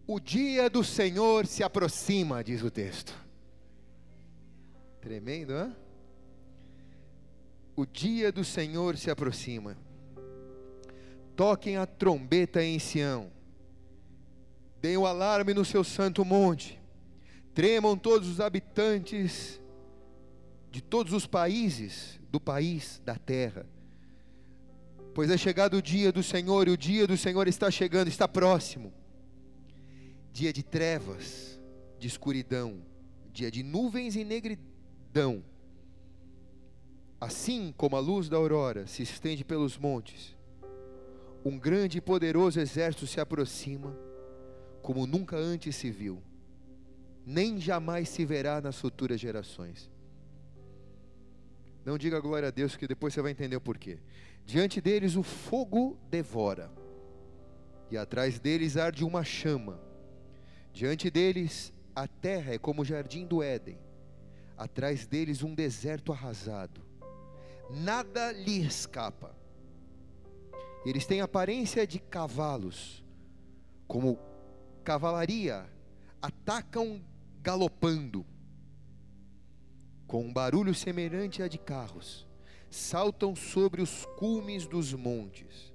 O dia do Senhor se aproxima, diz o texto. Tremendo, hein? O dia do Senhor se aproxima. Toquem a trombeta em Sião. Deem o alarme no seu santo monte. Tremam todos os habitantes de todos os países do país da terra. Pois é chegado o dia do Senhor, e o dia do Senhor está chegando, está próximo. Dia de trevas, de escuridão, dia de nuvens e negridão. Assim como a luz da aurora se estende pelos montes, um grande e poderoso exército se aproxima, como nunca antes se viu, nem jamais se verá nas futuras gerações. Não diga glória a Deus, que depois você vai entender o porquê. Diante deles o fogo devora, e atrás deles arde uma chama. Diante deles a terra é como o jardim do Éden, atrás deles um deserto arrasado. Nada lhe escapa. Eles têm aparência de cavalos, como cavalaria, atacam galopando, com um barulho semelhante a de carros, saltam sobre os cumes dos montes,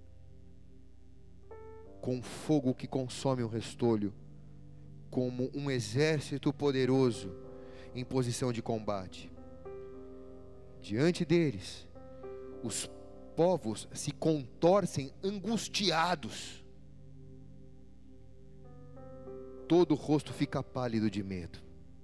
com fogo que consome o restolho, como um exército poderoso em posição de combate. Diante deles, os povos se contorcem angustiados, todo o rosto fica pálido de medo.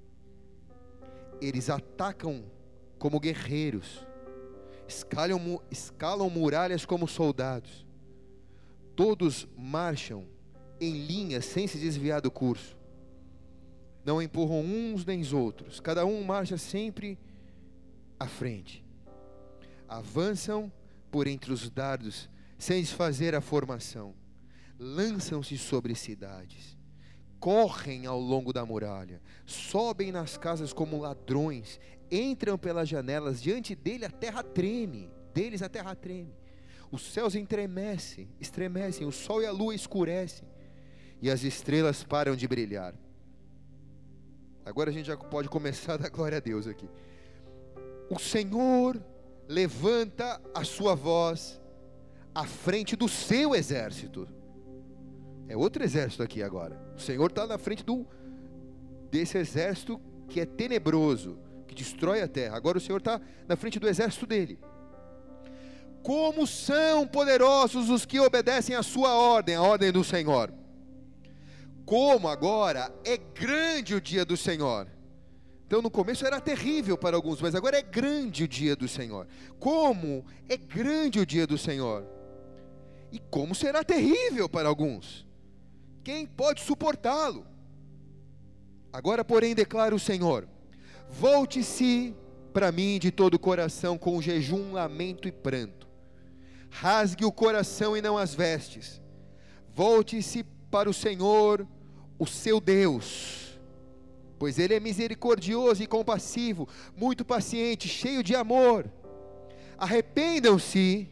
Eles atacam como guerreiros, escalam muralhas como soldados. Todos marcham em linha sem se desviar do curso. Não empurram uns nem os outros, cada um marcha sempre à frente. Avançam por entre os dardos, sem desfazer a formação. Lançam-se sobre cidades, correm ao longo da muralha, sobem nas casas como ladrões, entram pelas janelas. Diante deles a terra treme, os céus estremecem, o sol e a lua escurecem, e as estrelas param de brilhar. Agora a gente já pode começar a dar glória a Deus aqui. O Senhor levanta a sua voz à frente do seu exército. É outro exército aqui agora. O Senhor está na frente desse exército que é tenebroso, que destrói a terra. Agora o Senhor está na frente do exército dele. Como são poderosos os que obedecem à sua ordem, a ordem do Senhor. Como agora é grande o dia do Senhor. Então no começo era terrível para alguns, mas agora é grande o dia do Senhor. Como é grande o dia do Senhor. E como será terrível para alguns. Quem pode suportá-lo? Agora, porém, declara o Senhor: volte-se para mim de todo o coração, com jejum, lamento e pranto. Rasgue o coração e não as vestes. Volte-se para o Senhor, o seu Deus, pois Ele é misericordioso e compassivo, muito paciente, cheio de amor. Arrependam-se,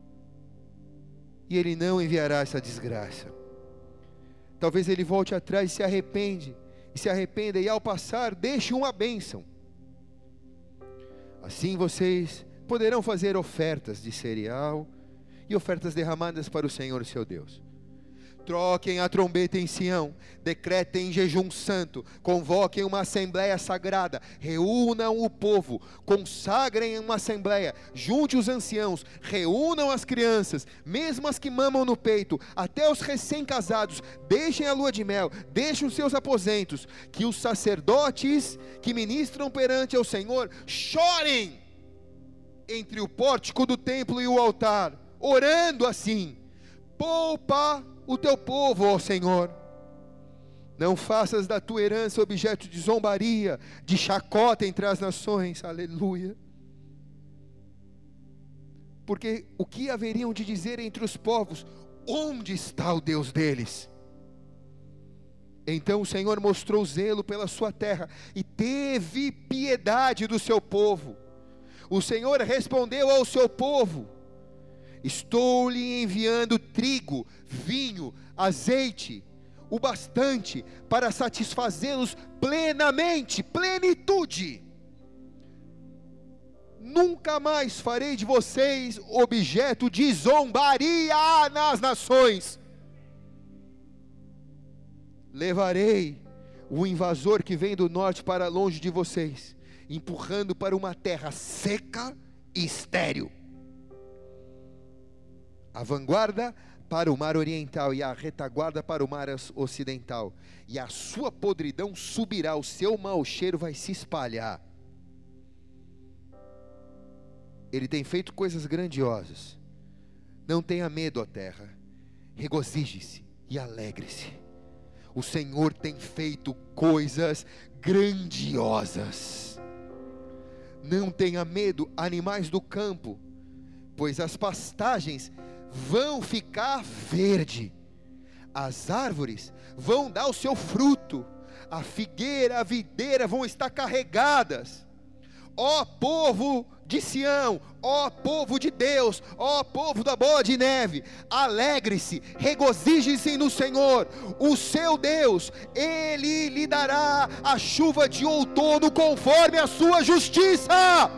e Ele não enviará essa desgraça. Talvez Ele volte atrás e se arrependa, e ao passar deixe uma bênção. Assim vocês poderão fazer ofertas de cereal e ofertas derramadas para o Senhor seu Deus. Troquem a trombeta em Sião, decretem jejum santo, convoquem uma assembleia sagrada, reúnam o povo, consagrem uma assembleia, junte os anciãos, reúnam as crianças, mesmo as que mamam no peito, até os recém-casados, deixem a lua de mel, deixem os seus aposentos, que os sacerdotes que ministram perante ao Senhor chorem entre o pórtico do templo e o altar, orando assim: poupa o teu povo, ó Senhor. Não faças da tua herança objeto de zombaria, de chacota entre as nações. Aleluia. Porque o que haveriam de dizer entre os povos? Onde está o Deus deles? Então o Senhor mostrou zelo pela sua terra e teve piedade do seu povo. O Senhor respondeu ao seu povo: estou-lhe enviando trigo, vinho, azeite, o bastante para satisfazê-los plenamente, plenitude. Nunca mais farei de vocês objeto de zombaria nas nações. Levarei o invasor que vem do norte para longe de vocês, empurrando para uma terra seca e estéril. A vanguarda para o mar oriental e a retaguarda para o mar ocidental, e a sua podridão subirá, o seu mau cheiro vai se espalhar. Ele tem feito coisas grandiosas. Não tenha medo, ó terra, regozije-se e alegre-se. O Senhor tem feito coisas grandiosas. Não tenha medo, animais do campo, pois as pastagens vão ficar verde, as árvores vão dar o seu fruto, a figueira, a videira vão estar carregadas. Ó povo de Sião, ó povo de Deus, ó povo da bola de neve, alegre-se, regozije-se no Senhor, o seu Deus. Ele lhe dará a chuva de outono conforme a sua justiça.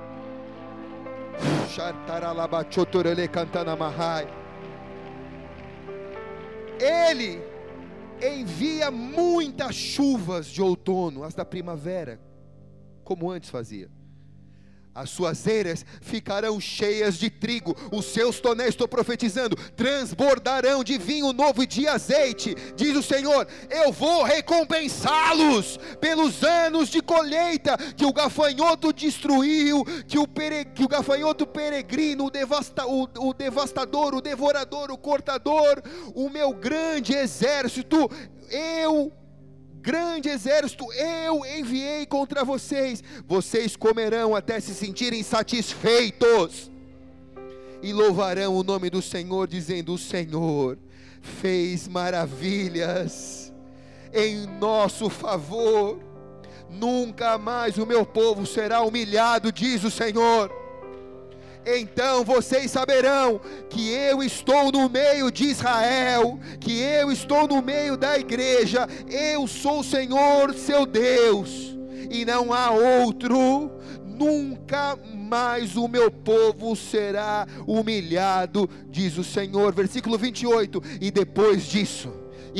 Ele envia muitas chuvas de outono, as da primavera, como antes fazia. As suas eiras ficarão cheias de trigo, os seus tonéis, estou profetizando, transbordarão de vinho novo e de azeite, diz o Senhor. Eu vou recompensá-los pelos anos de colheita que o gafanhoto destruiu, que o gafanhoto peregrino, o devastador, o devorador, o cortador, o meu grande exército, grande exército, eu enviei contra vocês. Vocês comerão até se sentirem satisfeitos e louvarão o nome do Senhor, dizendo: o Senhor fez maravilhas em nosso favor. Nunca mais o meu povo será humilhado, diz o Senhor. Então vocês saberão que eu estou no meio de Israel, que eu estou no meio da igreja. Eu sou o Senhor seu Deus, e não há outro. Nunca mais o meu povo será humilhado, diz o Senhor. Versículo 28, e depois disso,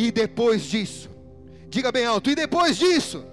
diga bem alto, e depois disso,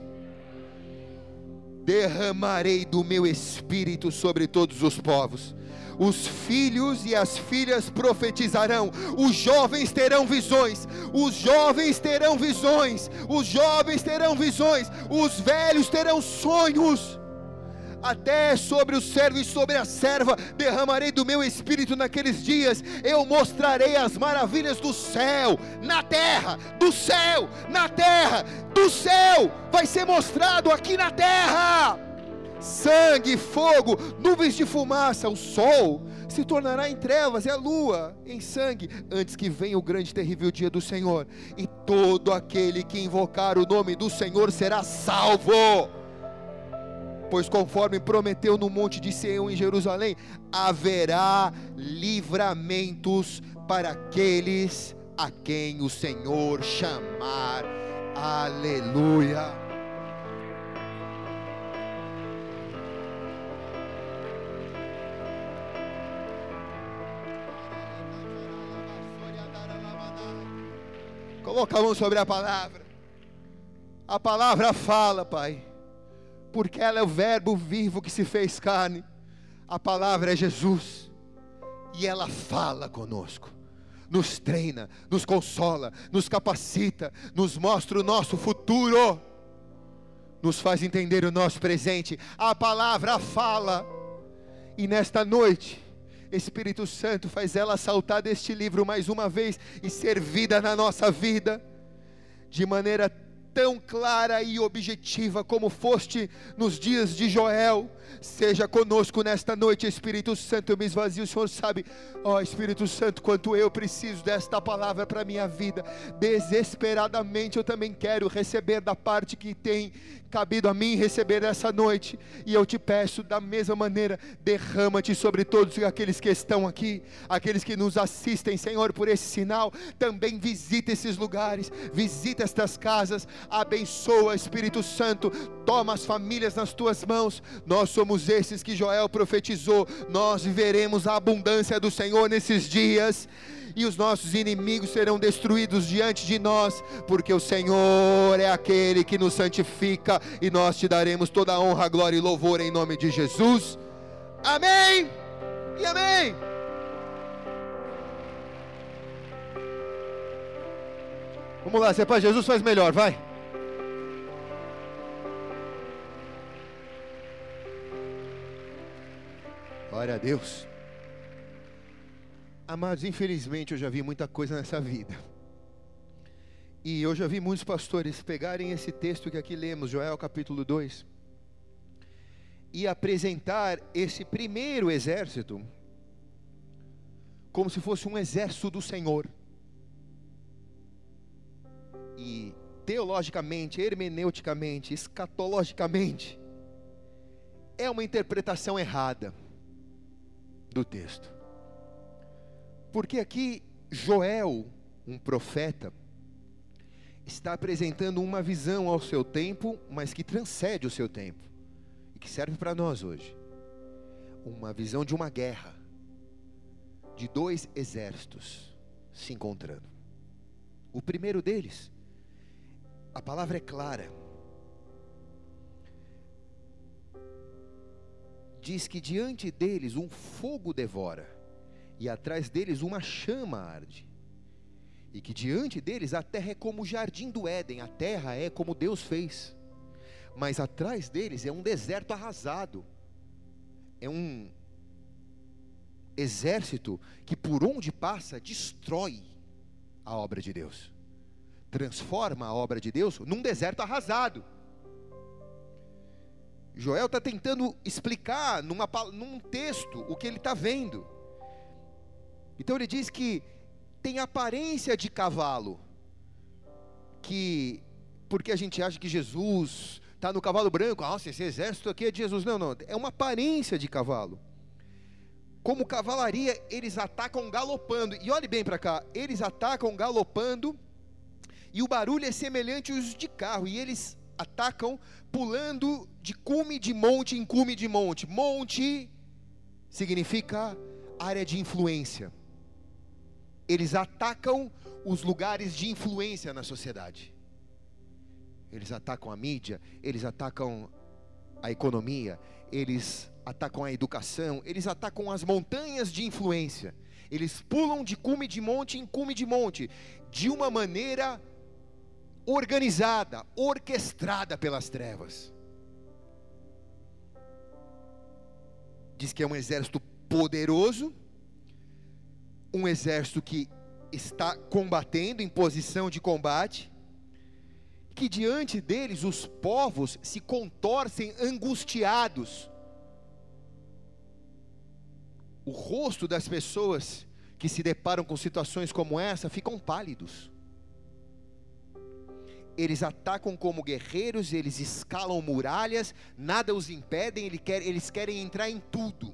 derramarei do meu espírito sobre todos os povos. Os filhos e as filhas profetizarão, os jovens terão visões, os jovens terão visões, os jovens terão visões, os velhos terão sonhos. Até sobre o servo e sobre a serva derramarei do meu espírito naqueles dias. Eu mostrarei as maravilhas do céu, na terra, do céu, na terra, do céu, vai ser mostrado aqui na terra. Sangue, fogo, nuvens de fumaça, o sol se tornará em trevas e a lua em sangue, antes que venha o grande e terrível dia do Senhor. E todo aquele que invocar o nome do Senhor será salvo. Pois conforme prometeu no monte de Sião em Jerusalém, haverá livramentos para aqueles a quem o Senhor chamar. Aleluia. Coloca a mão sobre a palavra. A palavra fala, Pai, porque ela é o verbo vivo que se fez carne. A palavra é Jesus, e ela fala conosco, nos treina, nos consola, nos capacita, nos mostra o nosso futuro, nos faz entender o nosso presente. A palavra fala, e nesta noite Espírito Santo, faz ela saltar deste livro mais uma vez e ser vida na nossa vida, de maneira tão clara e objetiva como foste nos dias de Joel. Seja conosco nesta noite, Espírito Santo. Eu me esvazio, o Senhor sabe, Espírito Santo, quanto eu preciso desta palavra para a minha vida. Desesperadamente eu também quero receber da parte que tem cabido a mim receber essa noite, e eu te peço, da mesma maneira, derrama-te sobre todos aqueles que estão aqui, aqueles que nos assistem, Senhor, por esse sinal. Também visita esses lugares, visita estas casas, abençoa, Espírito Santo, toma as famílias nas tuas mãos. Nós somos esses que Joel profetizou, nós viveremos a abundância do Senhor nesses dias, e os nossos inimigos serão destruídos diante de nós, porque o Senhor é aquele que nos santifica, e nós te daremos toda a honra, glória e louvor em nome de Jesus. Amém e amém. Vamos lá, se é para Jesus faz melhor, vai. Glória a Deus. Amados, infelizmente eu já vi muita coisa nessa vida, e eu já vi muitos pastores pegarem esse texto que aqui lemos, Joel capítulo 2, e apresentar esse primeiro exército como se fosse um exército do Senhor. E teologicamente, hermeneuticamente, escatologicamente, é uma interpretação errada do texto. Porque aqui Joel, um profeta, está apresentando uma visão ao seu tempo, mas que transcende o seu tempo, e que serve para nós hoje. Uma visão de uma guerra, de dois exércitos se encontrando. O primeiro deles, a palavra é clara, diz que diante deles um fogo devora, e atrás deles uma chama arde, e que diante deles a terra é como o jardim do Éden, a terra é como Deus fez, mas atrás deles é um deserto arrasado, é um exército que por onde passa destrói a obra de Deus, transforma a obra de Deus num deserto arrasado. Joel está tentando explicar num texto o que ele está vendo. Então ele diz que tem aparência de cavalo, porque a gente acha que Jesus está no cavalo branco, nossa, esse exército aqui é de Jesus. Não, é uma aparência de cavalo. Como cavalaria, eles atacam galopando, e olhe bem para cá, eles atacam galopando, e o barulho é semelhante aos de carro, e eles atacam pulando de cume de monte em cume de monte. Monte significa área de influência. Eles atacam os lugares de influência na sociedade. Eles atacam a mídia, eles atacam a economia, eles atacam a educação, eles atacam as montanhas de influência. Eles pulam de cume de monte em cume de monte, de uma maneira organizada, orquestrada pelas trevas. Diz que é um exército poderoso, um exército que está combatendo em posição de combate, que diante deles os povos se contorcem angustiados. O rosto das pessoas que se deparam com situações como essa ficam pálidos. Eles atacam como guerreiros, eles escalam muralhas, nada os impedem, eles querem entrar em tudo.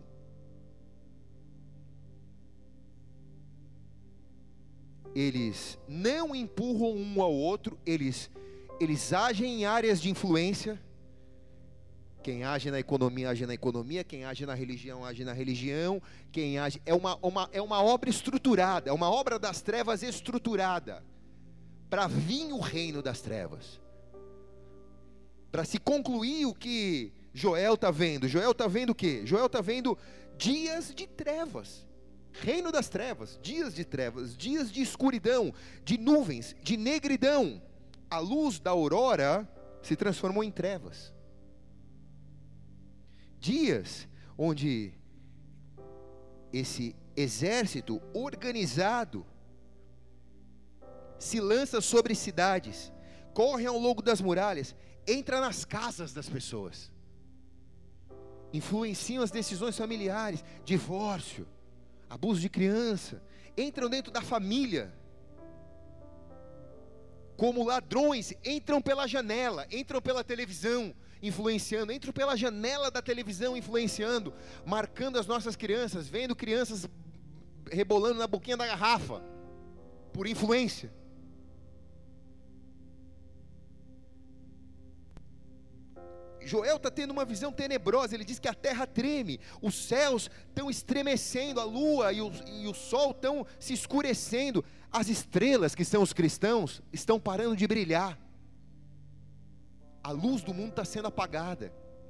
Eles não empurram um ao outro, eles agem em áreas de influência. Quem age na economia, age na economia. Quem age na religião, age na religião. Quem age... É uma obra estruturada, é uma obra das trevas estruturada, para vir o reino das trevas, para se concluir o que Joel está vendo. Joel está vendo o quê? Joel está vendo dias de trevas, reino das trevas, dias de escuridão, de nuvens, de negridão. A luz da aurora se transformou em trevas. Dias onde esse exército organizado se lança sobre cidades, correm ao longo das muralhas, entram nas casas das pessoas, influenciam as decisões familiares, divórcio, abuso de criança, entram dentro da família, como ladrões, entram pela janela, entram pela televisão, influenciando, entram pela janela da televisão, influenciando, marcando as nossas crianças, vendo crianças rebolando na boquinha da garrafa, por influência. Joel está tendo uma visão tenebrosa. Ele diz que a terra treme, os céus estão estremecendo, a lua e o sol estão se escurecendo, as estrelas, que são os cristãos, estão parando de brilhar, a luz do mundo está sendo apagada.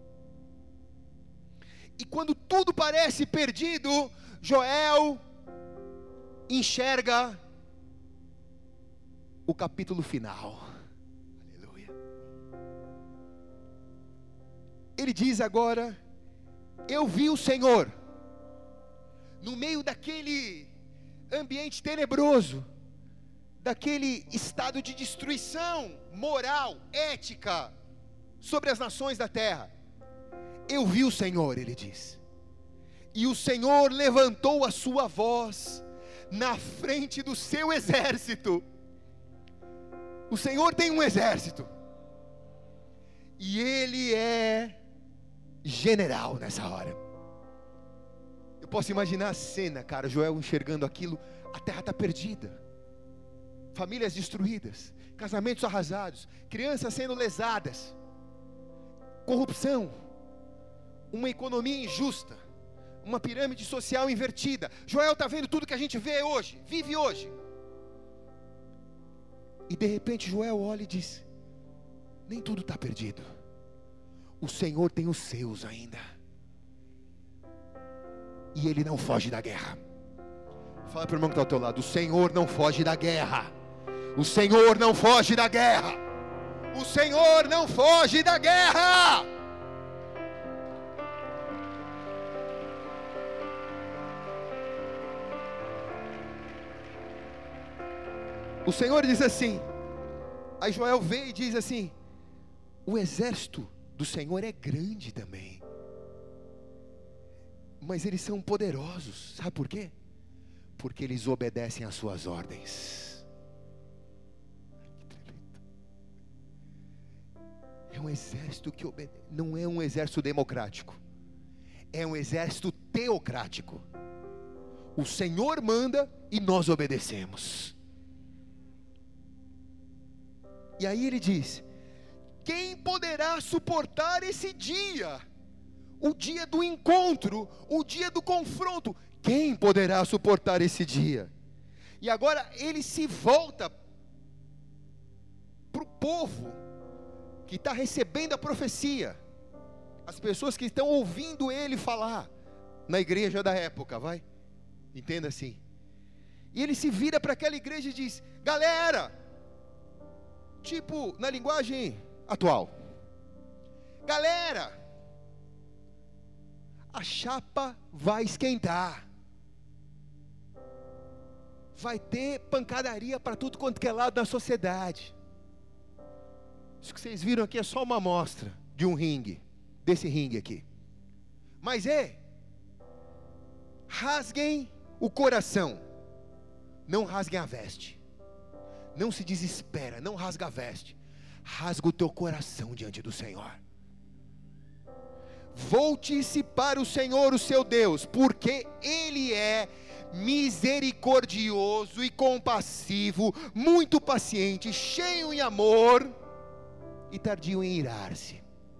E quando tudo parece perdido, Joel enxerga o capítulo final. Aleluia. Ele diz agora: eu vi o Senhor no meio daquele ambiente tenebroso, daquele estado de destruição moral, ética, sobre as nações da terra. Eu vi o Senhor, ele diz, e o Senhor levantou a sua voz na frente do seu exército. O Senhor tem um exército, e Ele é general nessa hora. Eu posso imaginar a cena, cara, Joel enxergando aquilo. A terra está perdida, famílias destruídas, casamentos arrasados, crianças sendo lesadas, corrupção, uma economia injusta, uma pirâmide social invertida. Joel está vendo tudo que a gente vê hoje, vive hoje. E de repente Joel olha e diz: nem tudo está perdido, o Senhor tem os seus ainda, e Ele não foge da guerra. Fala para o irmão que está ao teu lado: o Senhor não foge da guerra. O Senhor não foge da guerra. O Senhor não foge da guerra. O Senhor diz assim, aí Joel vê e diz assim: o exército do Senhor é grande também, mas eles são poderosos. Sabe por quê? Porque eles obedecem às suas ordens. Que tremendo. É um exército que obedece. Não é um exército democrático, é um exército teocrático. O Senhor manda e nós obedecemos. E aí ele diz: quem poderá suportar esse dia? O dia do encontro, o dia do confronto. Quem poderá suportar esse dia? E agora ele se volta para o povo que está recebendo a profecia, as pessoas que estão ouvindo ele falar na igreja da época, vai, entenda assim. E ele se vira para aquela igreja e diz: galera, tipo na linguagem atual, galera, a chapa vai esquentar, vai ter pancadaria para tudo quanto que é lado da sociedade. Isso que vocês viram aqui é só uma amostra de um ringue, desse ringue aqui. Mas rasguem o coração, não rasguem a veste. Não se desespera, não rasga a veste, rasga o teu coração diante do Senhor. Volte-se para o Senhor, o seu Deus, porque Ele é misericordioso e compassivo, muito paciente, cheio em amor e tardio em irar-se.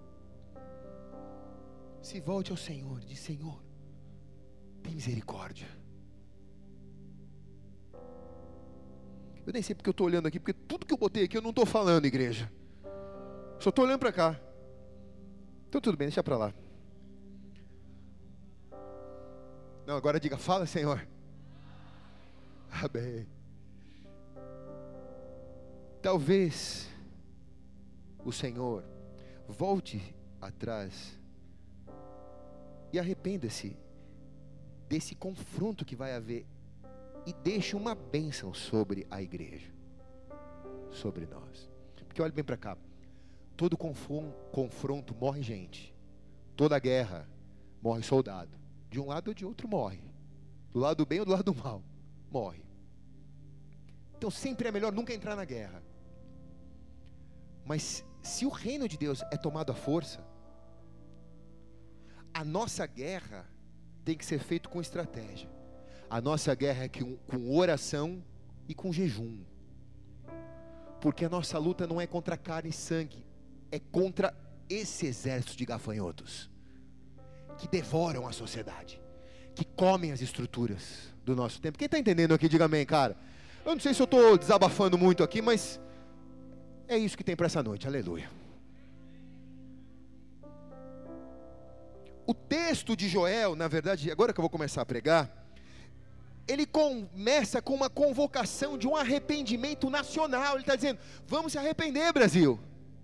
Se volte ao Senhor, diz: Senhor, tem misericórdia. Eu nem sei porque eu estou olhando aqui, porque tudo que eu botei aqui eu não estou falando, igreja, só estou olhando para cá. Então tudo bem, deixa para lá. Não, agora diga: fala, Senhor. Amém. Talvez o Senhor volte atrás e arrependa-se desse confronto que vai haver, e deixe uma bênção sobre a igreja, sobre nós. Porque olha bem para cá. Todo confronto morre gente. Toda guerra morre soldado. De um lado ou de outro morre. Do lado do bem ou do lado do mal. Morre. Então sempre é melhor nunca entrar na guerra. Mas se o reino de Deus é tomado à força, a nossa guerra tem que ser feita com estratégia. A nossa guerra é com oração e com jejum. Porque a nossa luta não é contra carne e sangue, é contra esse exército de gafanhotos que devoram a sociedade, que comem as estruturas do nosso tempo. Quem está entendendo aqui, diga amém, cara. Eu não sei se eu estou desabafando muito aqui, mas é isso que tem para essa noite, aleluia. O texto de Joel, na verdade, agora que eu vou começar a pregar, ele começa com uma convocação de um arrependimento nacional. Ele está dizendo, vamos se arrepender, Brasil.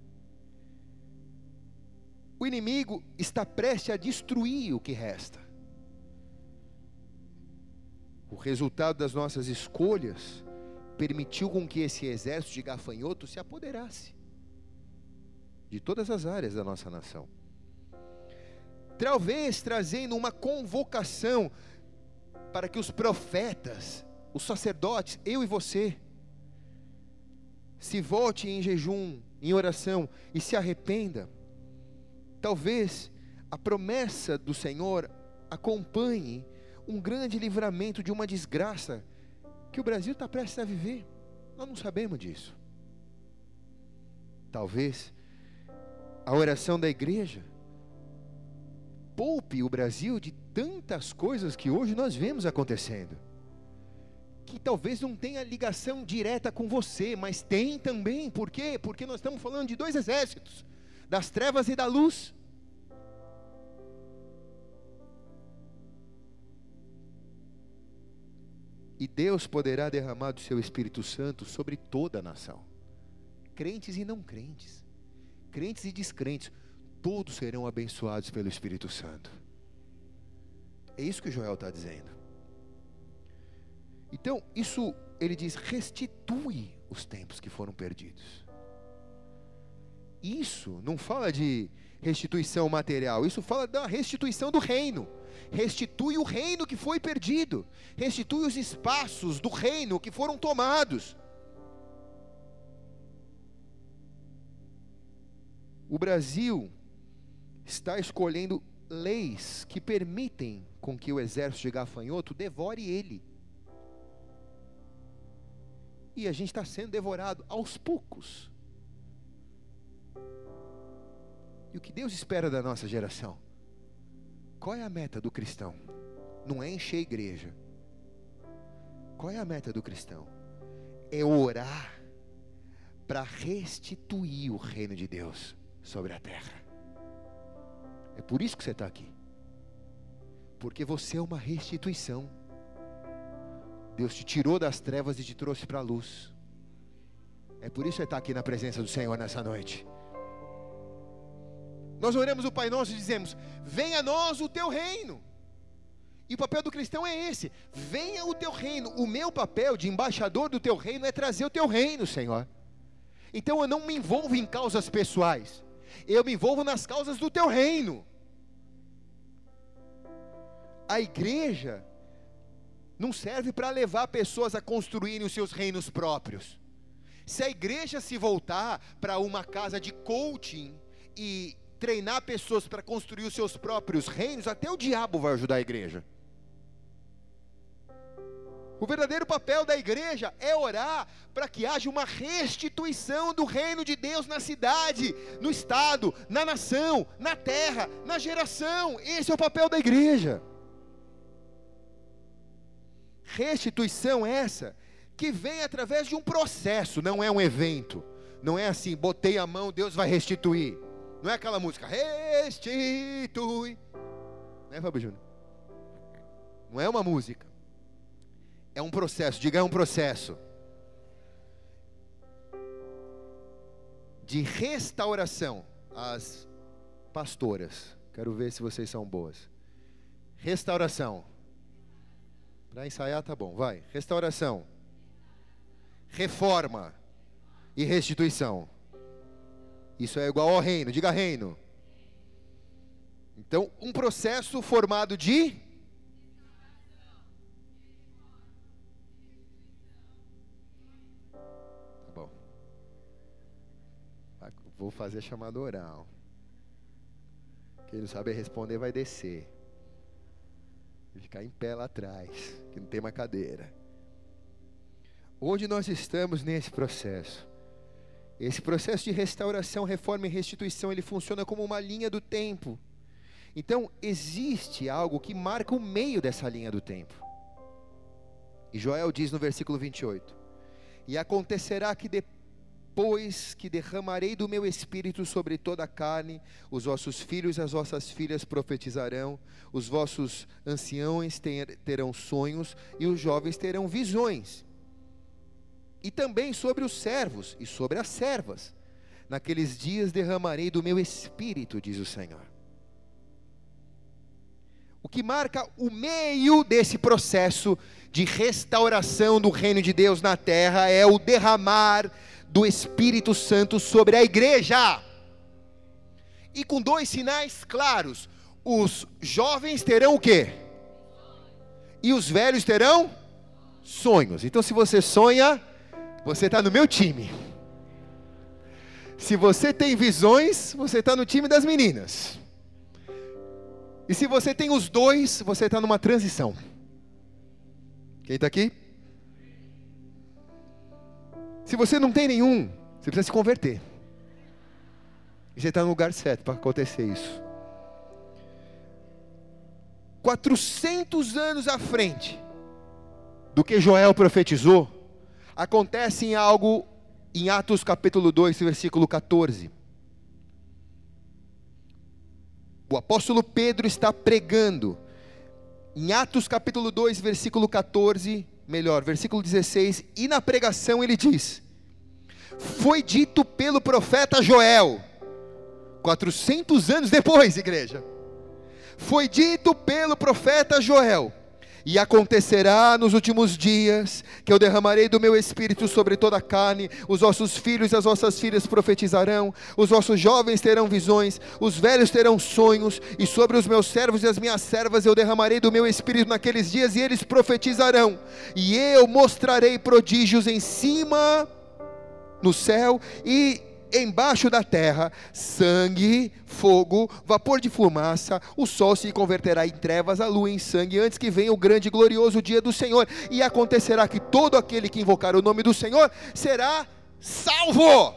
O inimigo está prestes a destruir o que resta. O resultado das nossas escolhas permitiu com que esse exército de gafanhotos se apoderasse de todas as áreas da nossa nação. Talvez trazendo uma convocação para que os profetas, os sacerdotes, eu e você, se volte em jejum, em oração e se arrependa. Talvez a promessa do Senhor acompanhe um grande livramento de uma desgraça que o Brasil está prestes a viver. Nós não sabemos disso. Talvez a oração da igreja poupe o Brasil de tantas coisas que hoje nós vemos acontecendo, que talvez não tenha ligação direta com você, mas tem também. Por quê? Porque nós estamos falando de dois exércitos, das trevas e da luz. E Deus poderá derramar do seu Espírito Santo sobre toda a nação, crentes e não crentes, crentes e descrentes, todos serão abençoados pelo Espírito Santo. É isso que o Joel está dizendo. Então, isso, ele diz, restitui os tempos que foram perdidos. Isso não fala de restituição material, isso fala da restituição do reino. Restitui o reino que foi perdido, restitui os espaços do reino que foram tomados. O Brasil está escolhendo leis que permitem com que o exército de gafanhoto devore ele. E a gente está sendo devorado aos poucos. E o que Deus espera da nossa geração? Qual é a meta do cristão? Não é encher a igreja. Qual é a meta do cristão? É orar para restituir o reino de Deus sobre a terra. É por isso que você está aqui. Porque você é uma restituição. Deus te tirou das trevas e te trouxe para a luz. É por isso que você está aqui na presença do Senhor nessa noite. Nós oramos o Pai Nosso e dizemos, venha a nós o teu reino. E o papel do cristão é esse, venha o teu reino. O meu papel de embaixador do teu reino é trazer o teu reino, Senhor. Então eu não me envolvo em causas pessoais, eu me envolvo nas causas do teu reino. A igreja não serve para levar pessoas a construírem os seus reinos próprios. Se a igreja se voltar para uma casa de coaching e treinar pessoas para construir os seus próprios reinos, até o diabo vai ajudar a igreja. O verdadeiro papel da igreja é orar para que haja uma restituição do reino de Deus na cidade, no estado, na nação, na terra, na geração. Esse é o papel da igreja. Restituição essa que vem através de um processo, não é um evento. Não é assim, botei a mão, Deus vai restituir. Não é aquela música, restitui. Não é, Fábio Júnior? Não é uma música. É um processo, diga, é um processo de restauração. As pastoras, quero ver se vocês são boas. Restauração. Para ensaiar tá bom, vai. Restauração, reforma e restituição. Isso é igual ao reino, diga reino. Então, um processo formado de... Tá bom. Vou fazer a chamada oral. Quem não sabe responder vai descer. Vai ficar em pé lá atrás, que não tem mais cadeira. Onde nós estamos nesse processo? Esse processo de restauração, reforma e restituição, ele funciona como uma linha do tempo. Então, existe algo que marca o meio dessa linha do tempo. E Joel diz no versículo 28: e acontecerá que depois que derramarei do meu espírito sobre toda a carne, os vossos filhos e as vossas filhas profetizarão, os vossos anciãos terão sonhos e os jovens terão visões. E também sobre os servos e sobre as servas. Naqueles dias derramarei do meu espírito, diz o Senhor. O que marca o meio desse processo de restauração do reino de Deus na terra é o derramar do Espírito Santo sobre a igreja. E com dois sinais claros: os jovens terão o quê? E os velhos terão sonhos. Então, se você sonha, você está no meu time. Se você tem visões, você está no time das meninas. E se você tem os dois, você está numa transição. Quem está aqui? Se você não tem nenhum, você precisa se converter. E você está no lugar certo para acontecer isso. 400 anos à frente do que Joel profetizou, acontece algo em Atos capítulo 2, versículo 14. O apóstolo Pedro está pregando, em Atos capítulo 2, versículo 14, versículo 16, e na pregação ele diz: foi dito pelo profeta Joel, 400 anos depois, igreja, foi dito pelo profeta Joel: e acontecerá nos últimos dias, que eu derramarei do meu espírito sobre toda a carne, os vossos filhos e as vossas filhas profetizarão, os vossos jovens terão visões, os velhos terão sonhos, e sobre os meus servos e as minhas servas eu derramarei do meu espírito naqueles dias, e eles profetizarão, e eu mostrarei prodígios em cima, no céu, e embaixo da terra, sangue, fogo, vapor de fumaça, o sol se converterá em trevas, a lua em sangue, antes que venha o grande e glorioso dia do Senhor, e acontecerá que todo aquele que invocar o nome do Senhor, será salvo.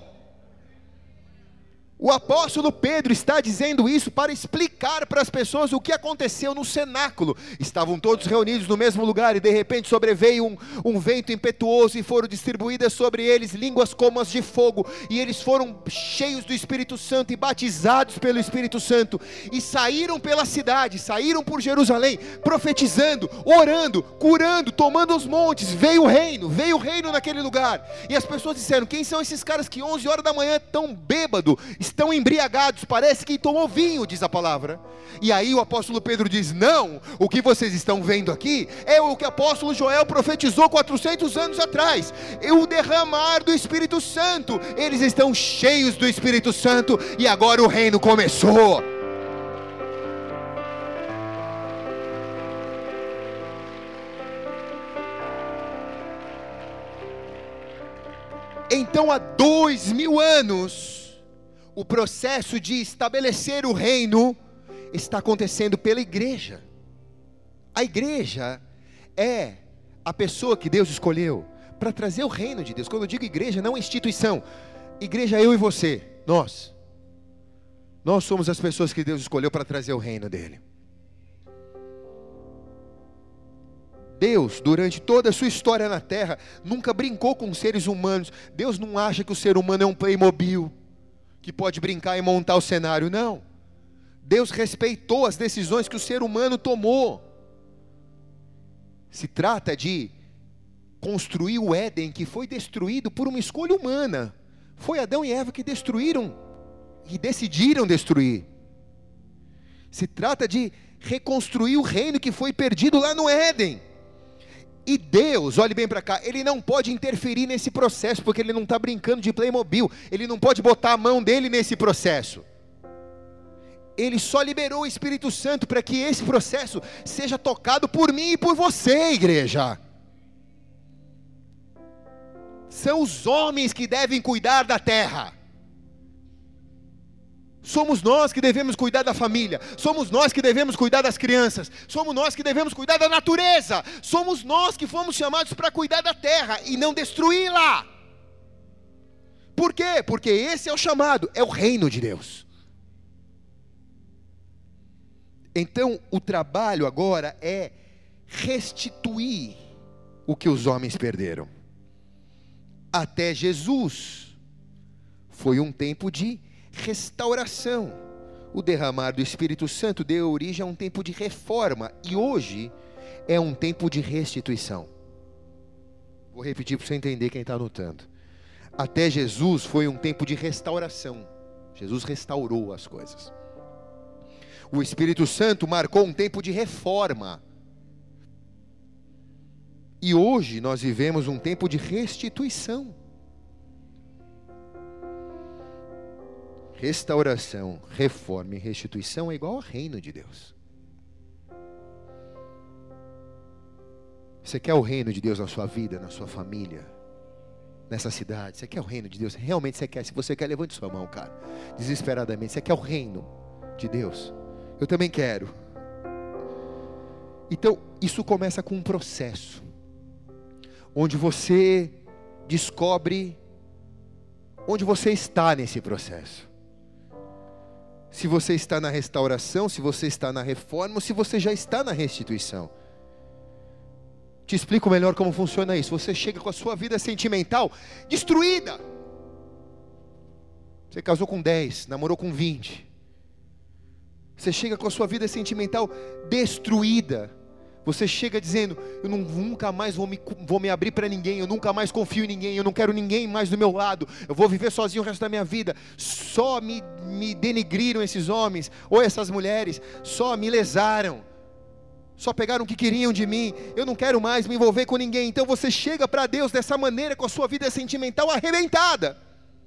O apóstolo Pedro está dizendo isso para explicar para as pessoas o que aconteceu no cenáculo. Estavam todos reunidos no mesmo lugar e de repente sobreveio um vento impetuoso e foram distribuídas sobre eles línguas como as de fogo, e eles foram cheios do Espírito Santo e batizados pelo Espírito Santo, e saíram pela cidade, saíram por Jerusalém, profetizando, orando, curando, tomando os montes. Veio o reino naquele lugar, e as pessoas disseram: quem são esses caras que 11 horas da manhã estão bêbados, estão embriagados, parece que tomou vinho, diz a palavra. E aí o apóstolo Pedro diz: não, o que vocês estão vendo aqui é o que o apóstolo Joel profetizou 400 anos atrás, é o derramar do Espírito Santo. Eles estão cheios do Espírito Santo e agora o reino começou. Então há 2000 anos, o processo de estabelecer o reino está acontecendo pela igreja. A igreja é a pessoa que Deus escolheu para trazer o reino de Deus. Quando eu digo igreja, não é instituição. Igreja é eu e você, nós somos as pessoas que Deus escolheu para trazer o reino dele. Deus, durante toda a sua história na terra, nunca brincou com seres humanos. Deus não acha que o ser humano é um Playmobil que pode brincar e montar o cenário, não. Deus respeitou as decisões que o ser humano tomou. Se trata de construir o Éden, que foi destruído por uma escolha humana. Foi Adão e Eva que destruíram e decidiram destruir. Se trata de reconstruir o reino que foi perdido lá no Éden. E Deus, olhe bem para cá, Ele não pode interferir nesse processo, porque Ele não está brincando de Playmobil, Ele não pode botar a mão dele nesse processo. Ele só liberou o Espírito Santo para que esse processo seja tocado por mim e por você, igreja. São os homens que devem cuidar da terra. Somos nós que devemos cuidar da família, somos nós que devemos cuidar das crianças, somos nós que devemos cuidar da natureza, somos nós que fomos chamados para cuidar da terra e não destruí-la. Por quê? Porque esse é o chamado, é o reino de Deus. Então o trabalho agora é restituir o que os homens perderam. Até Jesus foi um tempo de restauração. O derramar do Espírito Santo deu origem a um tempo de reforma, e hoje é um tempo de restituição. Vou repetir para você entender, quem está anotando. Até Jesus foi um tempo de restauração. Jesus restaurou as coisas. O Espírito Santo marcou um tempo de reforma, e hoje nós vivemos um tempo de restituição. Restauração, reforma e restituição é igual ao reino de Deus. Você quer o reino de Deus na sua vida, na sua família, nessa cidade? Você quer o reino de Deus? Realmente você quer? Se você quer, levante sua mão, cara, desesperadamente. Você quer o reino de Deus? Eu também quero. Então, isso começa com um processo, onde você descobre onde você está nesse processo. Se você está na restauração, se você está na reforma, ou se você já está na restituição. Te explico melhor como funciona isso. Você chega com a sua vida sentimental destruída. Você casou com 10, namorou com 20. Você chega com a sua vida sentimental destruída. Você chega dizendo: eu nunca mais vou me abrir para ninguém, eu nunca mais confio em ninguém, eu não quero ninguém mais do meu lado, eu vou viver sozinho o resto da minha vida. Só me denigriram esses homens, ou essas mulheres, só me lesaram, só pegaram o que queriam de mim, eu não quero mais me envolver com ninguém. Então você chega para Deus dessa maneira, com a sua vida sentimental arrebentada,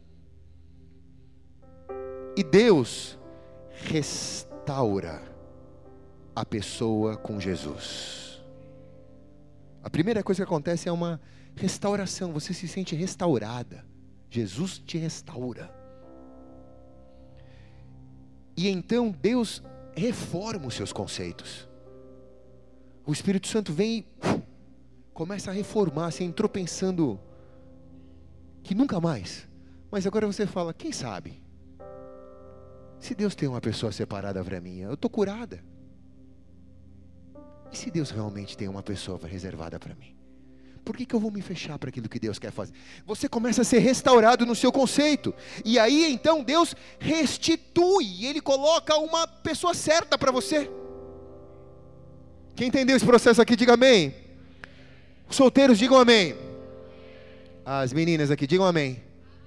e Deus restaura a pessoa com Jesus. A primeira coisa que acontece é uma restauração. Você se sente restaurada. Jesus te restaura. E então Deus reforma os seus conceitos. O Espírito Santo vem e começa a reformar. Você entrou pensando que nunca mais, mas agora você fala: quem sabe? Se Deus tem uma pessoa separada para mim, eu estou curada. E se Deus realmente tem uma pessoa reservada para mim? Por que eu vou me fechar para aquilo que Deus quer fazer? Você começa a ser restaurado no seu conceito. E aí então Deus restitui. E Ele coloca uma pessoa certa para você. Quem entendeu esse processo aqui, diga amém. Os solteiros, digam amém. As meninas aqui, digam amém.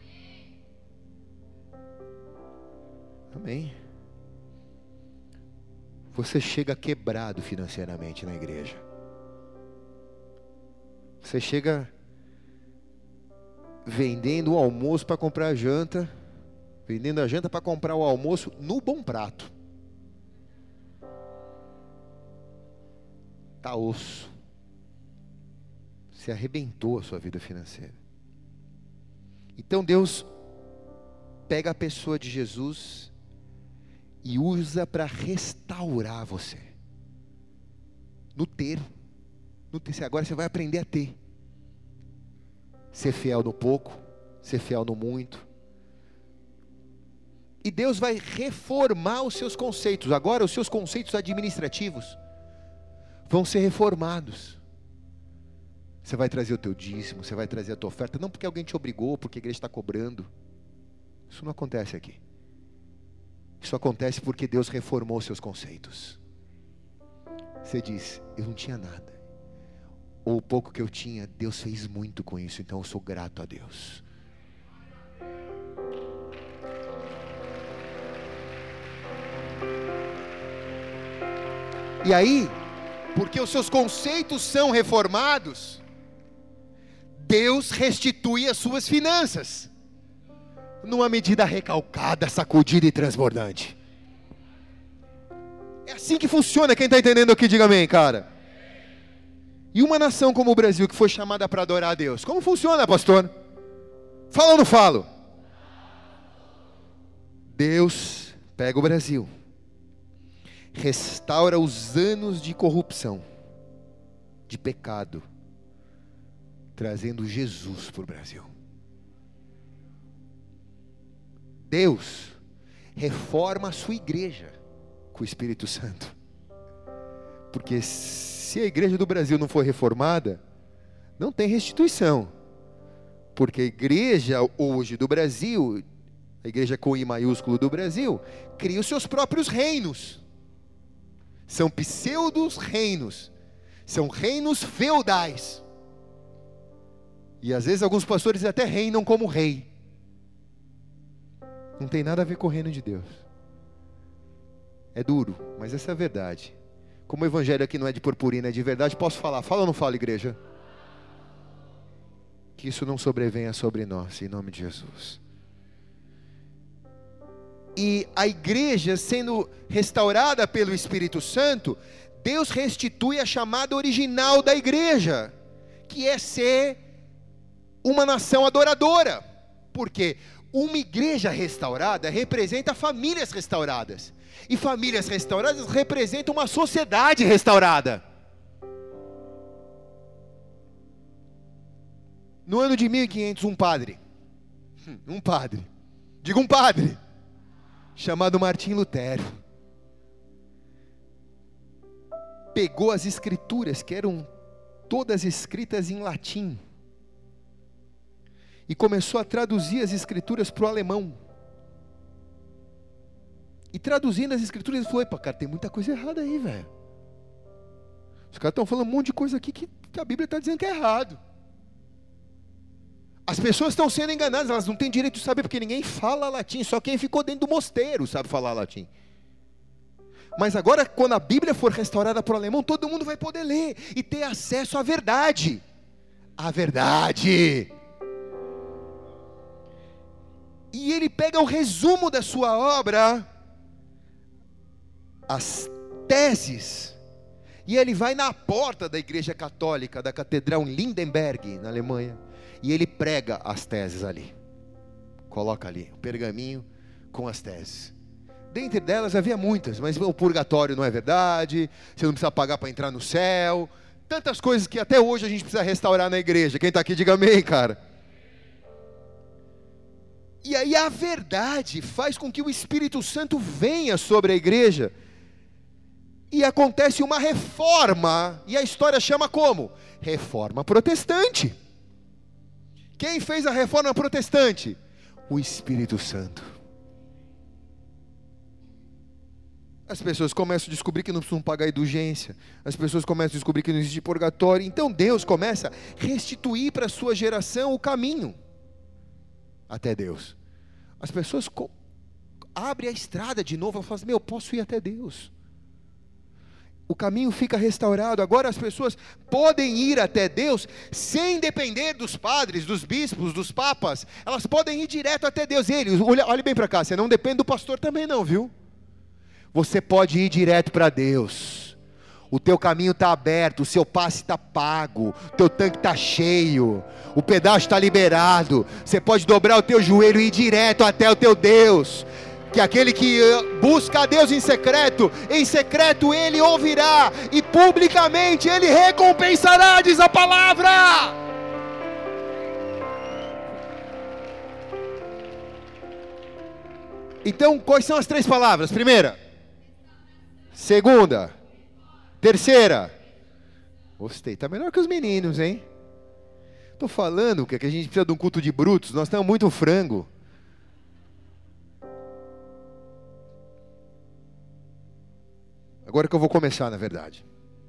Amém. Você chega quebrado financeiramente na igreja. Você chega vendendo o almoço para comprar a janta, vendendo a janta para comprar o almoço no Bom Prato. Tá osso. Você arrebentou a sua vida financeira. Então Deus pega a pessoa de Jesus e usa para restaurar você. No ter. Agora você vai aprender a ter. Ser fiel no pouco, ser fiel no muito. E Deus vai reformar os seus conceitos. Agora os seus conceitos administrativos vão ser reformados. Você vai trazer o teu dízimo, você vai trazer a tua oferta, não porque alguém te obrigou, porque a igreja está cobrando. Isso não acontece aqui. Isso acontece porque Deus reformou os seus conceitos. Você diz: eu não tinha nada, ou o pouco que eu tinha, Deus fez muito com isso, então eu sou grato a Deus. E aí porque os seus conceitos são reformados, Deus restitui as suas finanças, numa medida recalcada, sacudida e transbordante. É assim que funciona. Quem está entendendo aqui, diga amém, cara. E uma nação como o Brasil, que foi chamada para adorar a Deus, como funciona, pastor? Fala ou não falo? Deus pega o Brasil, restaura os anos de corrupção, de pecado, trazendo Jesus para o Brasil. Deus reforma a sua igreja com o Espírito Santo, porque se a igreja do Brasil não for reformada, não tem restituição, porque a igreja hoje do Brasil, a igreja com I maiúsculo do Brasil, cria os seus próprios reinos, são pseudos reinos, são reinos feudais, e às vezes alguns pastores até reinam como rei, não tem nada a ver com o reino de Deus. É duro, mas essa é a verdade. Como o evangelho aqui não é de purpurina, é de verdade, posso falar? Fala ou não fala, igreja? Que isso não sobrevenha sobre nós, em nome de Jesus. E a igreja sendo restaurada pelo Espírito Santo, Deus restitui a chamada original da igreja, que é ser uma nação adoradora. Por quê? Uma igreja restaurada representa famílias restauradas, e famílias restauradas representam uma sociedade restaurada. No ano de 1500, um padre, chamado Martim Lutero, pegou as escrituras, que eram todas escritas em latim, e começou a traduzir as escrituras para o alemão. E traduzindo as escrituras, ele falou: epa, cara, tem muita coisa errada aí, velho. Os caras estão falando um monte de coisa aqui que a Bíblia está dizendo que é errado. As pessoas estão sendo enganadas, elas não têm direito de saber, porque ninguém fala latim, só quem ficou dentro do mosteiro sabe falar latim. Mas agora, quando a Bíblia for restaurada para o alemão, todo mundo vai poder ler e ter acesso à verdade. A verdade. E ele pega o resumo da sua obra, as teses, e ele vai na porta da igreja católica, da catedral em Lindenberg, na Alemanha, e ele prega as teses ali, coloca ali, o pergaminho com as teses. Dentre delas havia muitas, mas o purgatório não é verdade, você não precisa pagar para entrar no céu, tantas coisas que até hoje a gente precisa restaurar na igreja. Quem está aqui, diga amém, cara. E aí a verdade faz com que o Espírito Santo venha sobre a igreja, e acontece uma reforma, e a história chama como? Reforma protestante. Quem fez a reforma protestante? O Espírito Santo. As pessoas começam a descobrir que não precisam pagar indulgência, as pessoas começam a descobrir que não existe purgatório, então Deus começa a restituir para a sua geração o caminho até Deus. As pessoas abrem a estrada de novo, elas falam: meu, eu posso ir até Deus. O caminho fica restaurado. Agora as pessoas podem ir até Deus sem depender dos padres, dos bispos, dos papas. Elas podem ir direto até Deus. Olhe bem para cá, você não depende do pastor também não, viu? Você pode ir direto para Deus. O teu caminho está aberto, o seu passe está pago, o teu tanque está cheio, o pedágio está liberado. Você pode dobrar o teu joelho e ir direto até o teu Deus. Que aquele que busca a Deus em secreto Ele ouvirá, e publicamente Ele recompensará, diz a palavra. Então, quais são as 3 palavras? Primeira, segunda, terceira. Gostei, está melhor que os meninos, hein? Estou falando que a gente precisa de um culto de brutos, nós temos muito frango. Agora que eu vou começar, na verdade.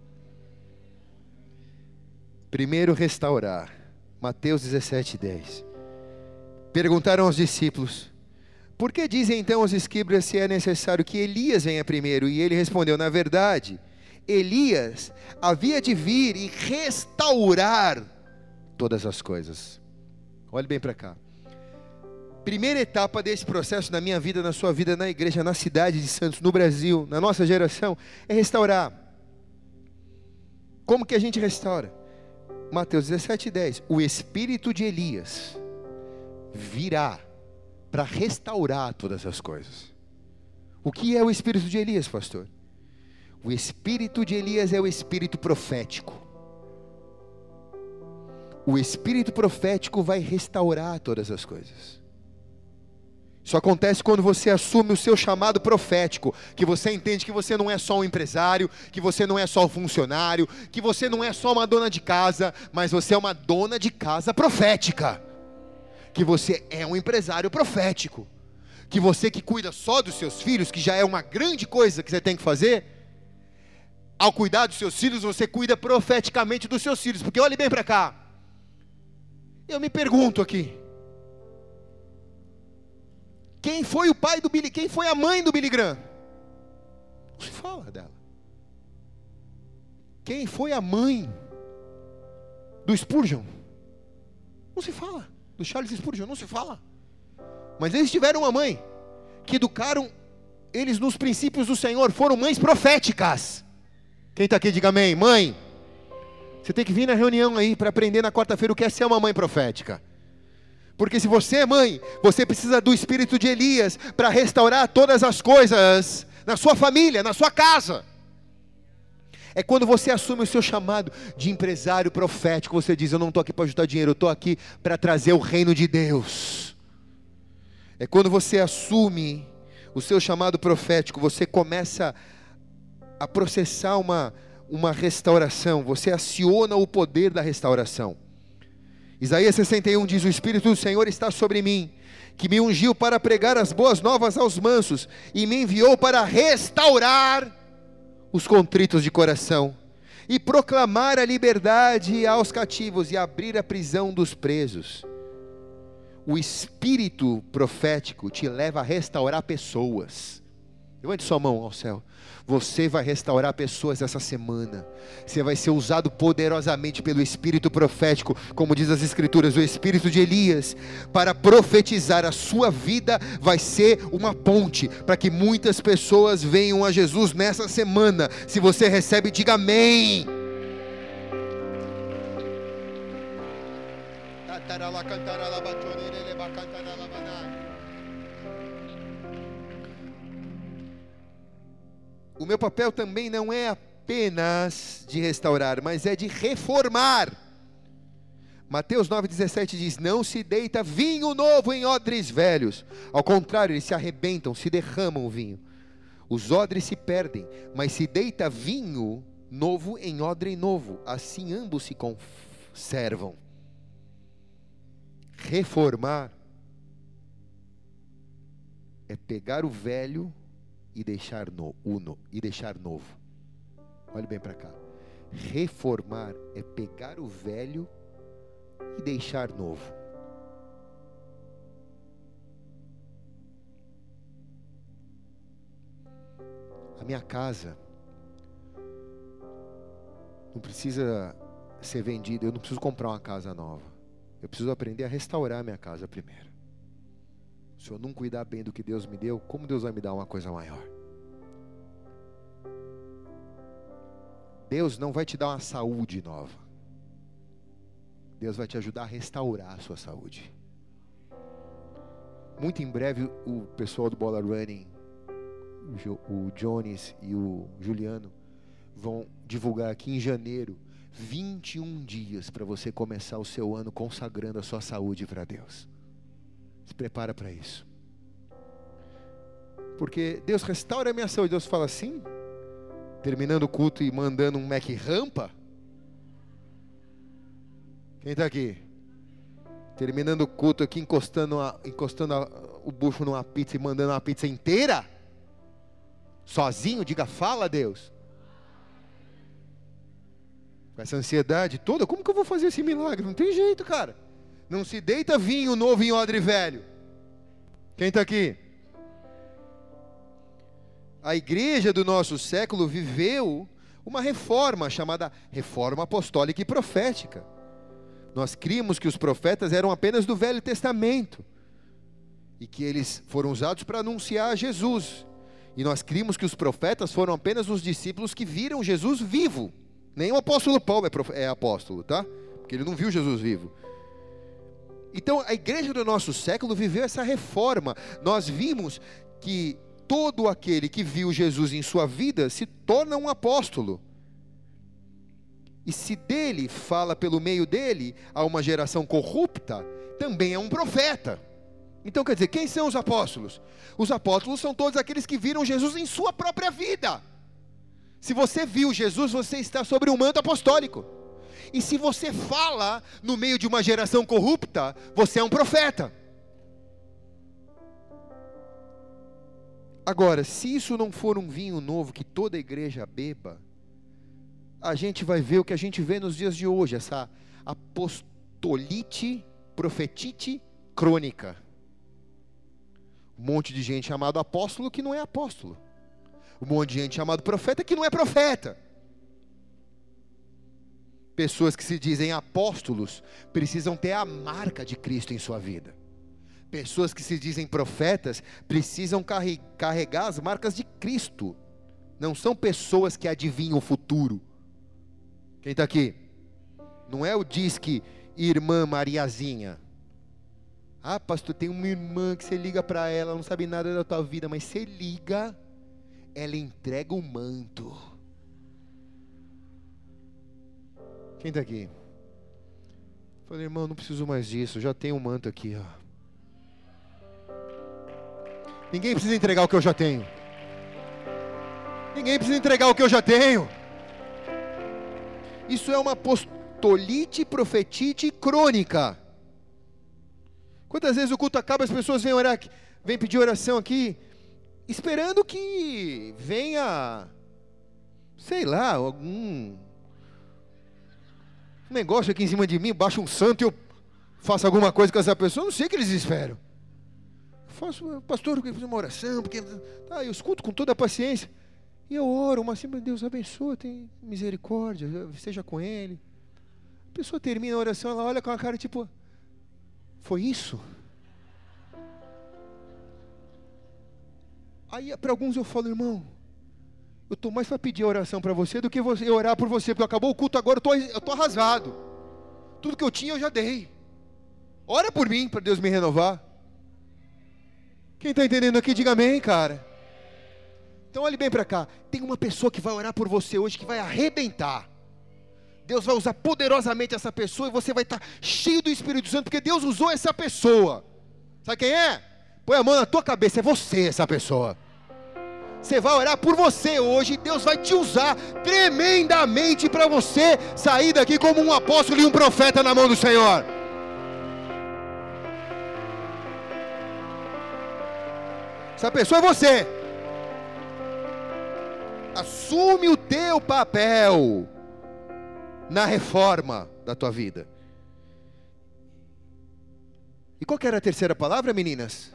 Primeiro, restaurar. Mateus 17:10. Perguntaram aos discípulos: por que dizem então os escribas se é necessário que Elias venha primeiro? E ele respondeu: na verdade, Elias havia de vir e restaurar todas as coisas. Olhe bem para cá. Primeira etapa desse processo na minha vida, na sua vida, na igreja, na cidade de Santos, no Brasil, na nossa geração, é restaurar. Como que a gente restaura? Mateus 17:10. O espírito de Elias virá para restaurar todas as coisas. O que é o espírito de Elias, pastor? O espírito de Elias é o espírito profético. O espírito profético vai restaurar todas as coisas. Isso acontece quando você assume o seu chamado profético, que você entende que você não é só um empresário, que você não é só um funcionário, que você não é só uma dona de casa, mas você é uma dona de casa profética, que você é um empresário profético, que você que cuida só dos seus filhos, que já é uma grande coisa que você tem que fazer, ao cuidar dos seus filhos, você cuida profeticamente dos seus filhos, porque olhe bem para cá, eu me pergunto aqui, quem foi o pai do Billy? Quem foi a mãe do Billy Graham? Não se fala dela. Quem foi a mãe do Spurgeon? Não se fala. Do Charles Spurgeon, não se fala. Mas eles tiveram uma mãe que educaram eles nos princípios do Senhor, foram mães proféticas. Quem está aqui, diga amém. Mãe, você tem que vir na reunião aí para aprender na quarta-feira o que é ser uma mãe profética. Porque se você é mãe, você precisa do espírito de Elias para restaurar todas as coisas na sua família, na sua casa. É quando você assume o seu chamado de empresário profético, você diz, eu não estou aqui para ajudar dinheiro, eu estou aqui para trazer o reino de Deus. É quando você assume o seu chamado profético, você começa a processar uma restauração, você aciona o poder da restauração. Isaías 61 diz, o Espírito do Senhor está sobre mim, que me ungiu para pregar as boas novas aos mansos, e me enviou para restaurar os contritos de coração, e proclamar a liberdade aos cativos, e abrir a prisão dos presos. O Espírito profético te leva a restaurar pessoas. Levante sua mão ao céu. Você vai restaurar pessoas essa semana. Você vai ser usado poderosamente pelo Espírito profético, como diz as Escrituras, o Espírito de Elias, para profetizar. A sua vida vai ser uma ponte para que muitas pessoas venham a Jesus nessa semana. Se você recebe, diga amém. O meu papel também não é apenas de restaurar, mas é de reformar. Mateus 9,17 diz, não se deita vinho novo em odres velhos. Ao contrário, eles se arrebentam, se derramam o vinho. Os odres se perdem, mas se deita vinho novo em odre novo. Assim ambos se conservam. Reformar é pegar o velho e deixar novo. Olhe bem para cá. Reformar é pegar o velho e deixar novo. A minha casa não precisa ser vendida, eu não preciso comprar uma casa nova. Eu preciso aprender a restaurar a minha casa primeiro. Se eu não cuidar bem do que Deus me deu, como Deus vai me dar uma coisa maior? Deus não vai te dar uma saúde nova. Deus vai te ajudar a restaurar a sua saúde. Muito em breve o pessoal do Bola Running, o Jones e o Juliano, vão divulgar aqui em janeiro 21 dias para você começar o seu ano consagrando a sua saúde para Deus. Se prepara para isso. Porque Deus restaura a minha saúde. Deus fala assim, terminando o culto e mandando um Mac rampa. Quem está aqui? Terminando o culto aqui, encostando o bucho numa pizza e mandando uma pizza inteira? Sozinho? Diga, fala Deus. Com essa ansiedade toda, como que eu vou fazer esse milagre? Não tem jeito, cara. Não se deita vinho novo em odre velho. Quem está aqui? A igreja do nosso século viveu uma reforma chamada Reforma Apostólica e Profética. Nós críamos que os profetas eram apenas do Velho Testamento e que eles foram usados para anunciar Jesus. E nós críamos que os profetas foram apenas os discípulos que viram Jesus vivo. Nem o apóstolo Paulo é apóstolo, tá? Porque ele não viu Jesus vivo. Então a igreja do nosso século viveu essa reforma. Nós vimos que todo aquele que viu Jesus em sua vida se torna um apóstolo. E se dele fala pelo meio dele a uma geração corrupta, também é um profeta. Então quer dizer, quem são os apóstolos? Os apóstolos são todos aqueles que viram Jesus em sua própria vida. Se você viu Jesus, você está sobre um manto apostólico. E se você fala no meio de uma geração corrupta, você é um profeta. Agora, se isso não for um vinho novo que toda a igreja beba, a gente vai ver o que a gente vê nos dias de hoje, essa apostolite, profetite crônica. Um monte de gente chamado apóstolo que não é apóstolo. Um monte de gente chamado profeta que não é profeta. Pessoas que se dizem apóstolos precisam ter a marca de Cristo em sua vida. Pessoas que se dizem profetas precisam carregar as marcas de Cristo. Não são pessoas que adivinham o futuro. Quem está aqui? Não é o disque irmã Mariazinha. Ah, pastor, tem uma irmã que você liga para ela, não sabe nada da tua vida, mas você liga, ela entrega o manto. Quem está aqui? Falei, irmão, não preciso mais disso, já tenho um manto aqui. Ó. Ninguém precisa entregar o que eu já tenho. Ninguém precisa entregar o que eu já tenho. Isso é uma apostolite, profetite crônica. Quantas vezes o culto acaba, as pessoas vêm orar, vêm pedir oração aqui, esperando que venha, sei lá, algum negócio aqui em cima de mim, baixa um santo e eu faço alguma coisa com essa pessoa. Não sei o que eles esperam. Eu faço, pastor, eu quero fazer uma oração, porque tá, eu escuto com toda a paciência. E eu oro, mas assim, Deus abençoa, tem misericórdia, esteja com ele. A pessoa termina a oração, ela olha com a cara tipo, foi isso? Aí para alguns eu falo, irmão, eu estou mais para pedir oração para você do que eu orar por você, porque acabou o culto agora, eu estou arrasado. Tudo que eu tinha eu já dei. Ora por mim, para Deus me renovar. Quem está entendendo aqui, diga amém, cara. Então olhe bem para cá, tem uma pessoa que vai orar por você hoje, que vai arrebentar. Deus vai usar poderosamente essa pessoa, e você vai estar cheio do Espírito Santo, porque Deus usou essa pessoa. Sabe quem é? Põe a mão na tua cabeça, é você essa pessoa. Você vai orar por você hoje, e Deus vai te usar tremendamente para você sair daqui como um apóstolo e um profeta na mão do Senhor. Essa pessoa é você. Assume o teu papel na reforma da tua vida. E qual que era a terceira palavra, meninas?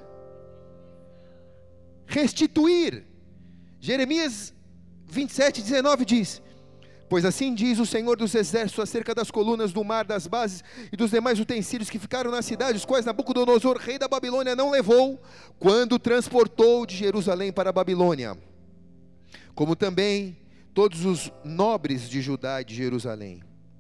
Restituir. Jeremias 27:19 diz: pois assim diz o Senhor dos Exércitos acerca das colunas do mar, das bases e dos demais utensílios que ficaram na cidade, os quais Nabucodonosor, rei da Babilônia, não levou, quando transportou de Jerusalém para a Babilônia, como também todos os nobres de Judá e de Jerusalém.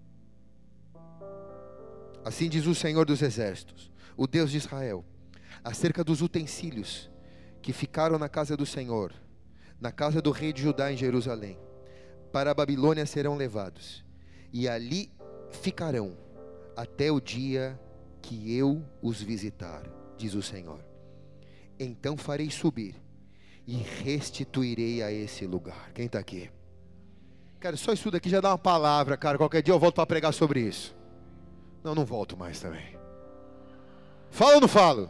Assim diz o Senhor dos Exércitos, o Deus de Israel, acerca dos utensílios que ficaram na casa do Senhor, na casa do rei de Judá em Jerusalém. Para a Babilônia serão levados, e ali ficarão, até o dia que eu os visitar, diz o Senhor. Então farei subir, e restituirei a esse lugar. Quem está aqui? Cara, só isso daqui já dá uma palavra, cara. Qualquer dia eu volto para pregar sobre isso. Não volto mais também. Falo ou não falo?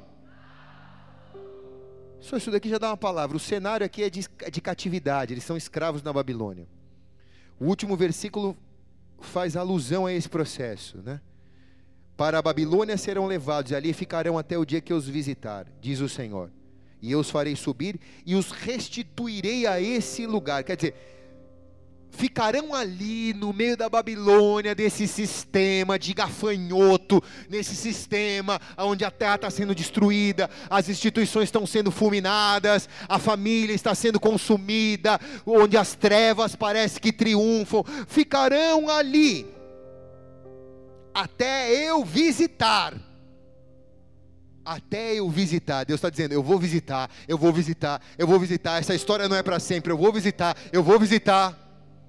Só isso daqui já dá uma palavra. O cenário aqui é de catividade. Eles são escravos na Babilônia. O último versículo faz alusão a esse processo, né? Para a Babilônia serão levados, e ali ficarão até o dia que eu os visitar, diz o Senhor. E eu os farei subir e os restituirei a esse lugar. Quer dizer, ficarão ali no meio da Babilônia, desse sistema de gafanhoto, nesse sistema onde a terra está sendo destruída, as instituições estão sendo fulminadas, a família está sendo consumida, onde as trevas parece que triunfam, ficarão ali, até eu visitar. Até eu visitar. Deus está dizendo, eu vou visitar, eu vou visitar, eu vou visitar. Essa história não é para sempre, eu vou visitar, eu vou visitar.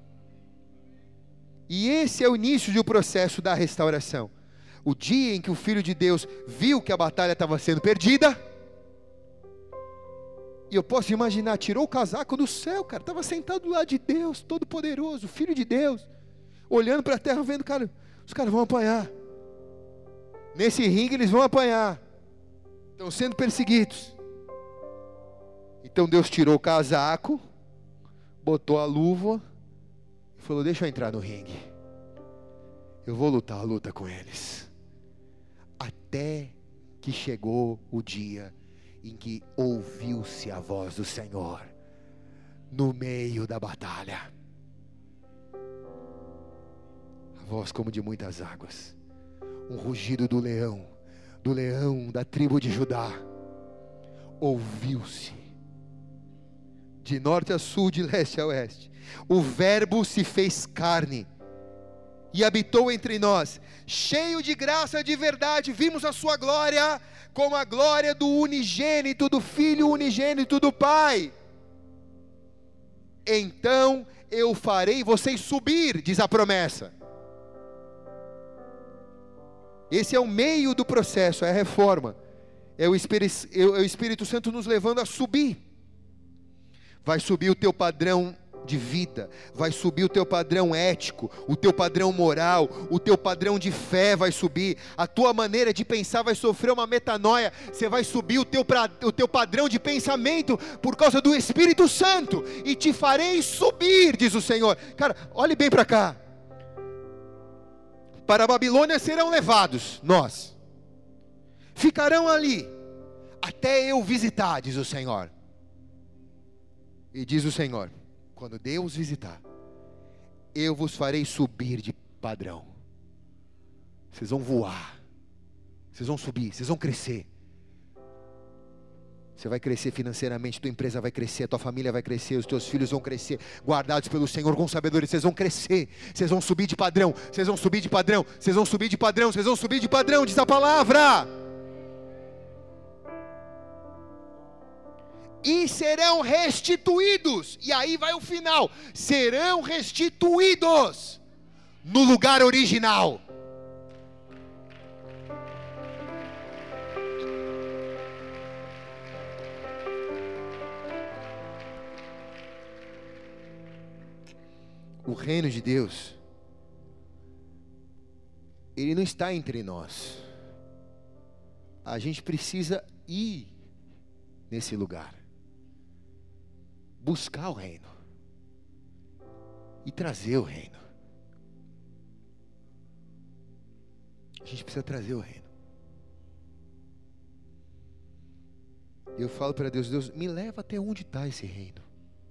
E esse é o início do processo da restauração. O dia em que o Filho de Deus viu que a batalha estava sendo perdida. E eu posso imaginar, tirou o casaco do céu, cara, estava sentado do lado de Deus, todo poderoso, Filho de Deus, olhando para a terra, vendo, cara, os caras vão apanhar. Nesse ringue eles vão apanhar. Estão sendo perseguidos. Então Deus tirou o casaco, botou a luva e falou, deixa eu entrar no ringue. Eu vou lutar a luta com eles. Até que chegou o dia em que ouviu-se a voz do Senhor no meio da batalha. A voz como de muitas águas. Um rugido do leão da tribo de Judá. Ouviu-se. De norte a sul, de leste a oeste. O Verbo se fez carne e habitou entre nós, cheio de graça e de verdade. Vimos a sua glória, como a glória do unigênito, do Filho unigênito do Pai. Então eu farei vocês subir, diz a promessa. Esse é o meio do processo, é a reforma. É o Espírito Santo nos levando a subir. Vai subir o teu padrão de vida, vai subir o teu padrão ético, o teu padrão moral, o teu padrão de fé vai subir, a tua maneira de pensar vai sofrer uma metanoia, você vai subir o teu padrão de pensamento, por causa do Espírito Santo, e te farei subir, diz o Senhor. Cara, olhe bem para cá. Para a Babilônia serão levados, nós, ficarão ali, até eu visitar, diz o Senhor. E diz o Senhor, quando Deus visitar, eu vos farei subir de padrão. Vocês vão voar, vocês vão subir, vocês vão crescer. Você vai crescer financeiramente, tua empresa vai crescer, a tua família vai crescer, os teus filhos vão crescer, guardados pelo Senhor com sabedoria, vocês vão crescer, vocês vão subir de padrão, vocês vão subir de padrão, vocês vão subir de padrão, vocês vão subir de padrão, diz a palavra. E serão restituídos, e aí vai o final, serão restituídos no lugar original. O reino de Deus, ele não está entre nós. A gente precisa ir nesse lugar, buscar o reino e trazer o reino. A gente precisa trazer o reino. Eu falo para Deus, Deus, me leva até onde está esse reino.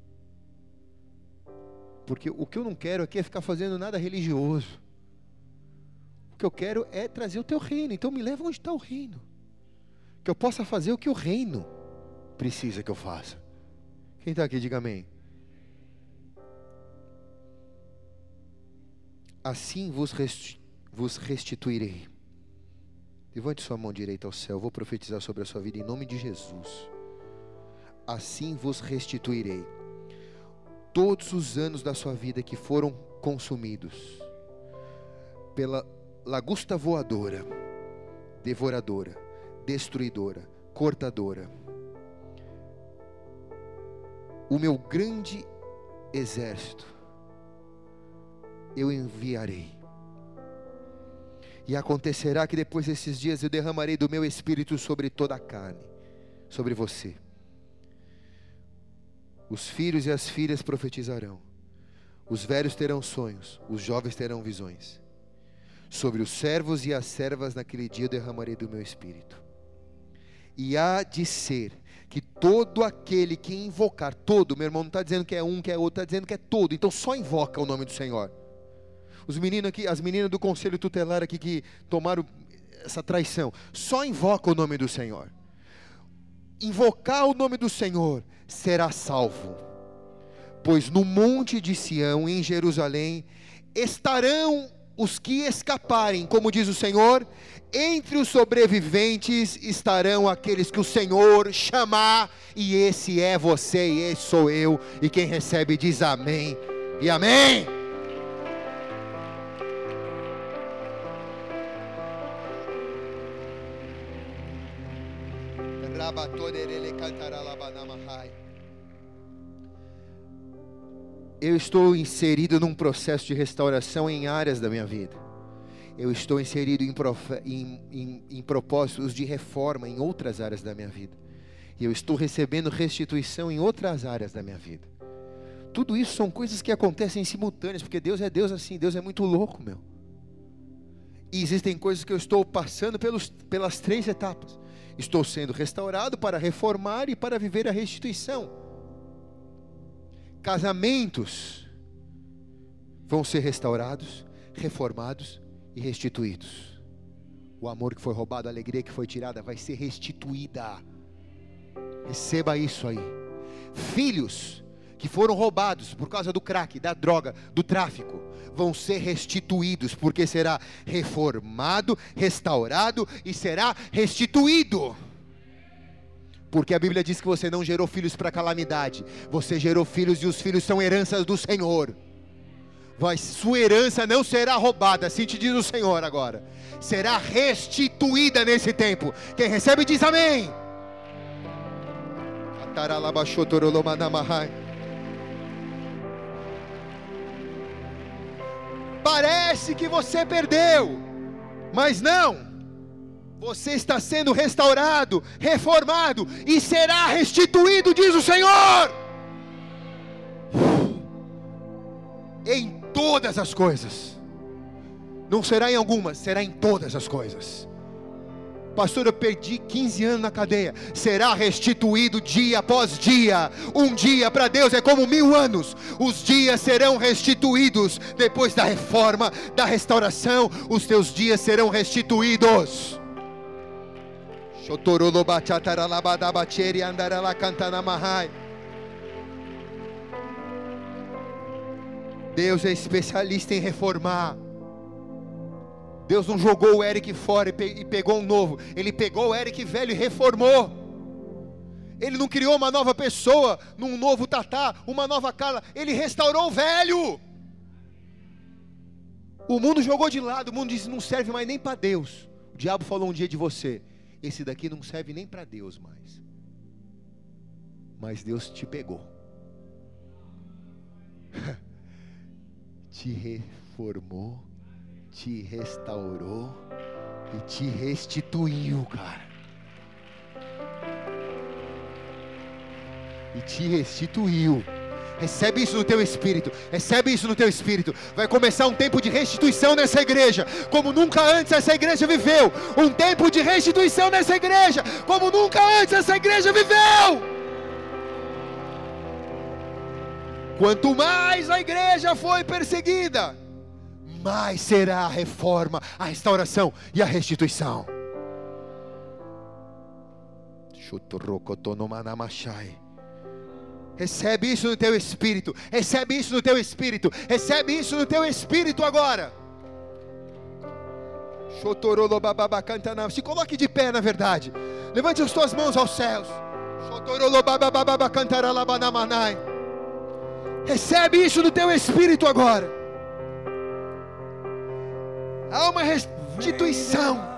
Porque o que eu não quero aqui é ficar fazendo nada religioso. O que eu quero é trazer o teu reino. Então me leva onde está o reino. Que eu possa fazer o que o reino precisa que eu faça. Quem está aqui, diga amém. Assim vos restituirei. Levante sua mão direita ao céu. Eu vou profetizar sobre a sua vida em nome de Jesus. Assim vos restituirei todos os anos da sua vida que foram consumidos pela lagosta voadora, devoradora, destruidora, cortadora. O meu grande exército eu enviarei. E acontecerá que depois desses dias eu derramarei do meu espírito sobre toda a carne, sobre você. Os filhos e as filhas profetizarão, os velhos terão sonhos, os jovens terão visões. Sobre os servos e as servas naquele dia eu derramarei do meu espírito. E há de ser que todo aquele que invocar, todo, meu irmão, não está dizendo que é um, que é outro, está dizendo que é todo, então só invoca o nome do Senhor. Os meninos aqui, as meninas do conselho tutelar aqui que tomaram essa traição, só invoca o nome do Senhor. Invocar o nome do Senhor, será salvo. Pois no monte de Sião, em Jerusalém, estarão os que escaparem, como diz o Senhor, entre os sobreviventes estarão aqueles que o Senhor chamar, e esse é você, e esse sou eu, e quem recebe diz amém, e amém. Eu estou inserido num processo de restauração em áreas da minha vida. Eu estou inserido em propósitos de reforma em outras áreas da minha vida. E eu estou recebendo restituição em outras áreas da minha vida. Tudo isso são coisas que acontecem simultâneas, porque Deus é Deus assim, Deus é muito louco, meu. E existem coisas que eu estou passando pelas 3 etapas. Estou sendo restaurado para reformar e para viver a restituição. Casamentos vão ser restaurados, reformados e restituídos. O amor que foi roubado, a alegria que foi tirada vai ser restituída. Receba isso aí. Filhos que foram roubados por causa do crack, da droga, do tráfico, vão ser restituídos, porque será reformado, restaurado e será restituído. Porque a Bíblia diz que você não gerou filhos para calamidade, você gerou filhos e os filhos são heranças do Senhor. Sua herança não será roubada, assim te diz o Senhor agora, será restituída nesse tempo. Quem recebe diz amém. Parece que você perdeu, mas não. Você está sendo restaurado, reformado e será restituído, diz o Senhor. Em todas as coisas. Não será em algumas, será em todas as coisas. Pastor, eu perdi 15 anos na cadeia. Será restituído dia após dia. Um dia para Deus é como 1000 anos. Os dias serão restituídos. Depois da reforma, da restauração, os teus dias serão restituídos. Deus é especialista em reformar. Deus não jogou o Eric fora e pegou um novo. Ele pegou o Eric velho e reformou. Ele não criou uma nova pessoa, num novo Tatá, uma nova Carla. Ele restaurou o velho. O mundo jogou de lado. O mundo disse, não serve mais nem para Deus. O diabo falou um dia de você, esse daqui não serve nem para Deus mais. Mas Deus te pegou. Te reformou, te restaurou e te restituiu, cara. E te restituiu. Recebe isso no teu espírito. Recebe isso no teu espírito. Vai começar um tempo de restituição nessa igreja, como nunca antes essa igreja viveu. Um tempo de restituição nessa igreja, como nunca antes essa igreja viveu. Quanto mais a igreja foi perseguida, mais será a reforma, a restauração e a restituição. Recebe isso no teu espírito. Recebe isso no teu espírito. Recebe isso no teu espírito agora. Se coloque de pé, na verdade. Levante as tuas mãos aos céus. Recebe isso no teu espírito agora. Há uma restituição.